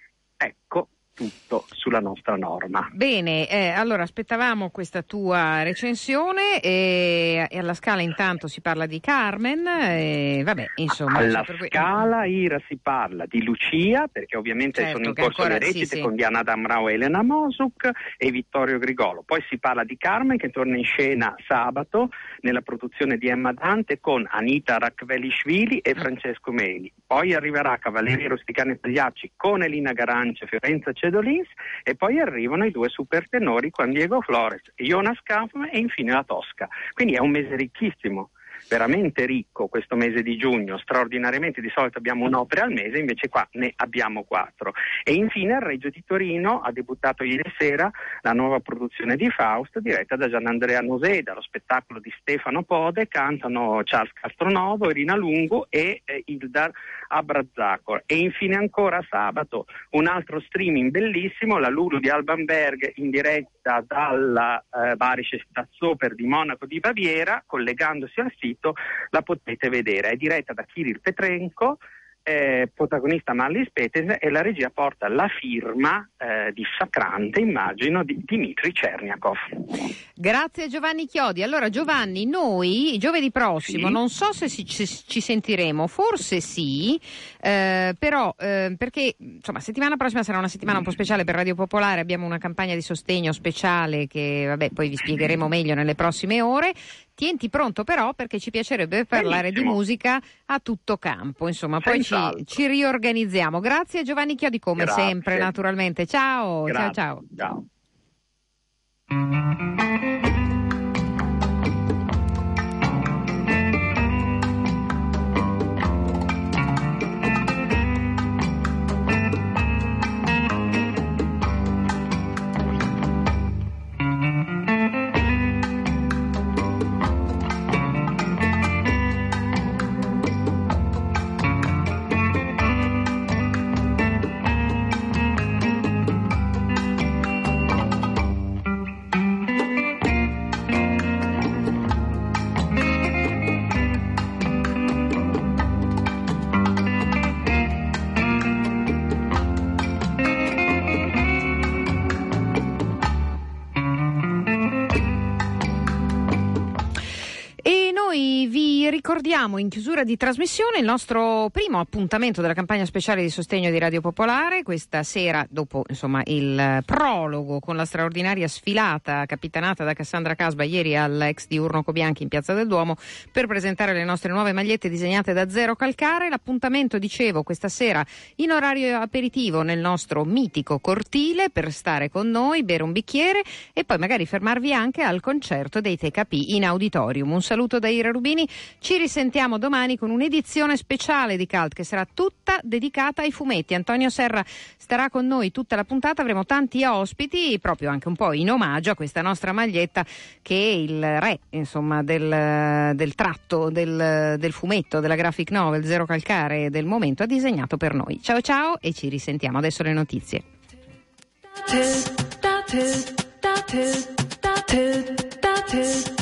Ecco tutto sulla nostra Norma. Bene, allora aspettavamo questa tua recensione, e alla Scala intanto si parla di Carmen, vabbè, insomma. Alla Scala Ira si parla di Lucia, perché ovviamente certo, sono in corso le recite con Diana Damrau e Elena Mosuk e Vittorio Grigolo. Poi si parla di Carmen, che torna in scena sabato nella produzione di Emma Dante con Anita Rakvelishvili e Francesco Meli. Poi arriverà Cavalieri Rusticani e Pagliacci con Elina Garancia e Fiorenza Cedolins, e poi arrivano i due supertenori Juan Diego Flores, Jonas Kaufmann e infine la Tosca. Quindi è un mese ricchissimo, veramente ricco questo mese di giugno, straordinariamente. Di solito abbiamo un'opera al mese, invece qua ne abbiamo 4. E infine al Regio di Torino ha debuttato ieri sera la nuova produzione di Faust, diretta da Gianandrea Noseda, lo spettacolo di Stefano Pode. Cantano Charles Castronovo, Irina Lungu e Ildar Abrazzacor. E infine ancora sabato un altro streaming bellissimo, la Lulu di Alban Berg, in diretta dalla Bayerische Staatsoper di Monaco di Baviera. Collegandosi al sito la potete vedere, è diretta da Kirill Petrenko, protagonista Marlis Peters, e la regia porta la firma dissacrante, immagino, di Dmitry Cherniakov. Grazie Giovanni Chiodi. Allora Giovanni, noi giovedì prossimo non so se ci sentiremo, forse sì, però perché insomma settimana prossima sarà una settimana un po' speciale per Radio Popolare, abbiamo una campagna di sostegno speciale che vabbè poi vi spiegheremo meglio nelle prossime ore. Tienti pronto però, perché ci piacerebbe parlare di musica a tutto campo, insomma poi ci riorganizziamo. Grazie Giovanni Chiodi, come sempre naturalmente. Ciao. Grazie. Ciao. vi ricordiamo in chiusura di trasmissione il nostro primo appuntamento della campagna speciale di sostegno di Radio Popolare. Questa sera, dopo il prologo con la straordinaria sfilata capitanata da Cassandra Casba ieri all'ex diurno Cobianchi in Piazza del Duomo per presentare le nostre nuove magliette disegnate da Zero Calcare, l'appuntamento, dicevo, questa sera in orario aperitivo nel nostro mitico cortile per stare con noi, bere un bicchiere e poi magari fermarvi anche al concerto dei TKP in auditorium. Un saluto da Ira Rubini, ci risentiamo domani con un'edizione speciale di Cult che sarà tutta dedicata ai fumetti. Antonio Serra starà con noi tutta la puntata, avremo tanti ospiti, proprio anche un po' in omaggio a questa nostra maglietta che è il re, insomma, del tratto, del fumetto, della graphic novel Zero Calcare del momento ha disegnato per noi. Ciao ciao e ci risentiamo. Adesso le notizie.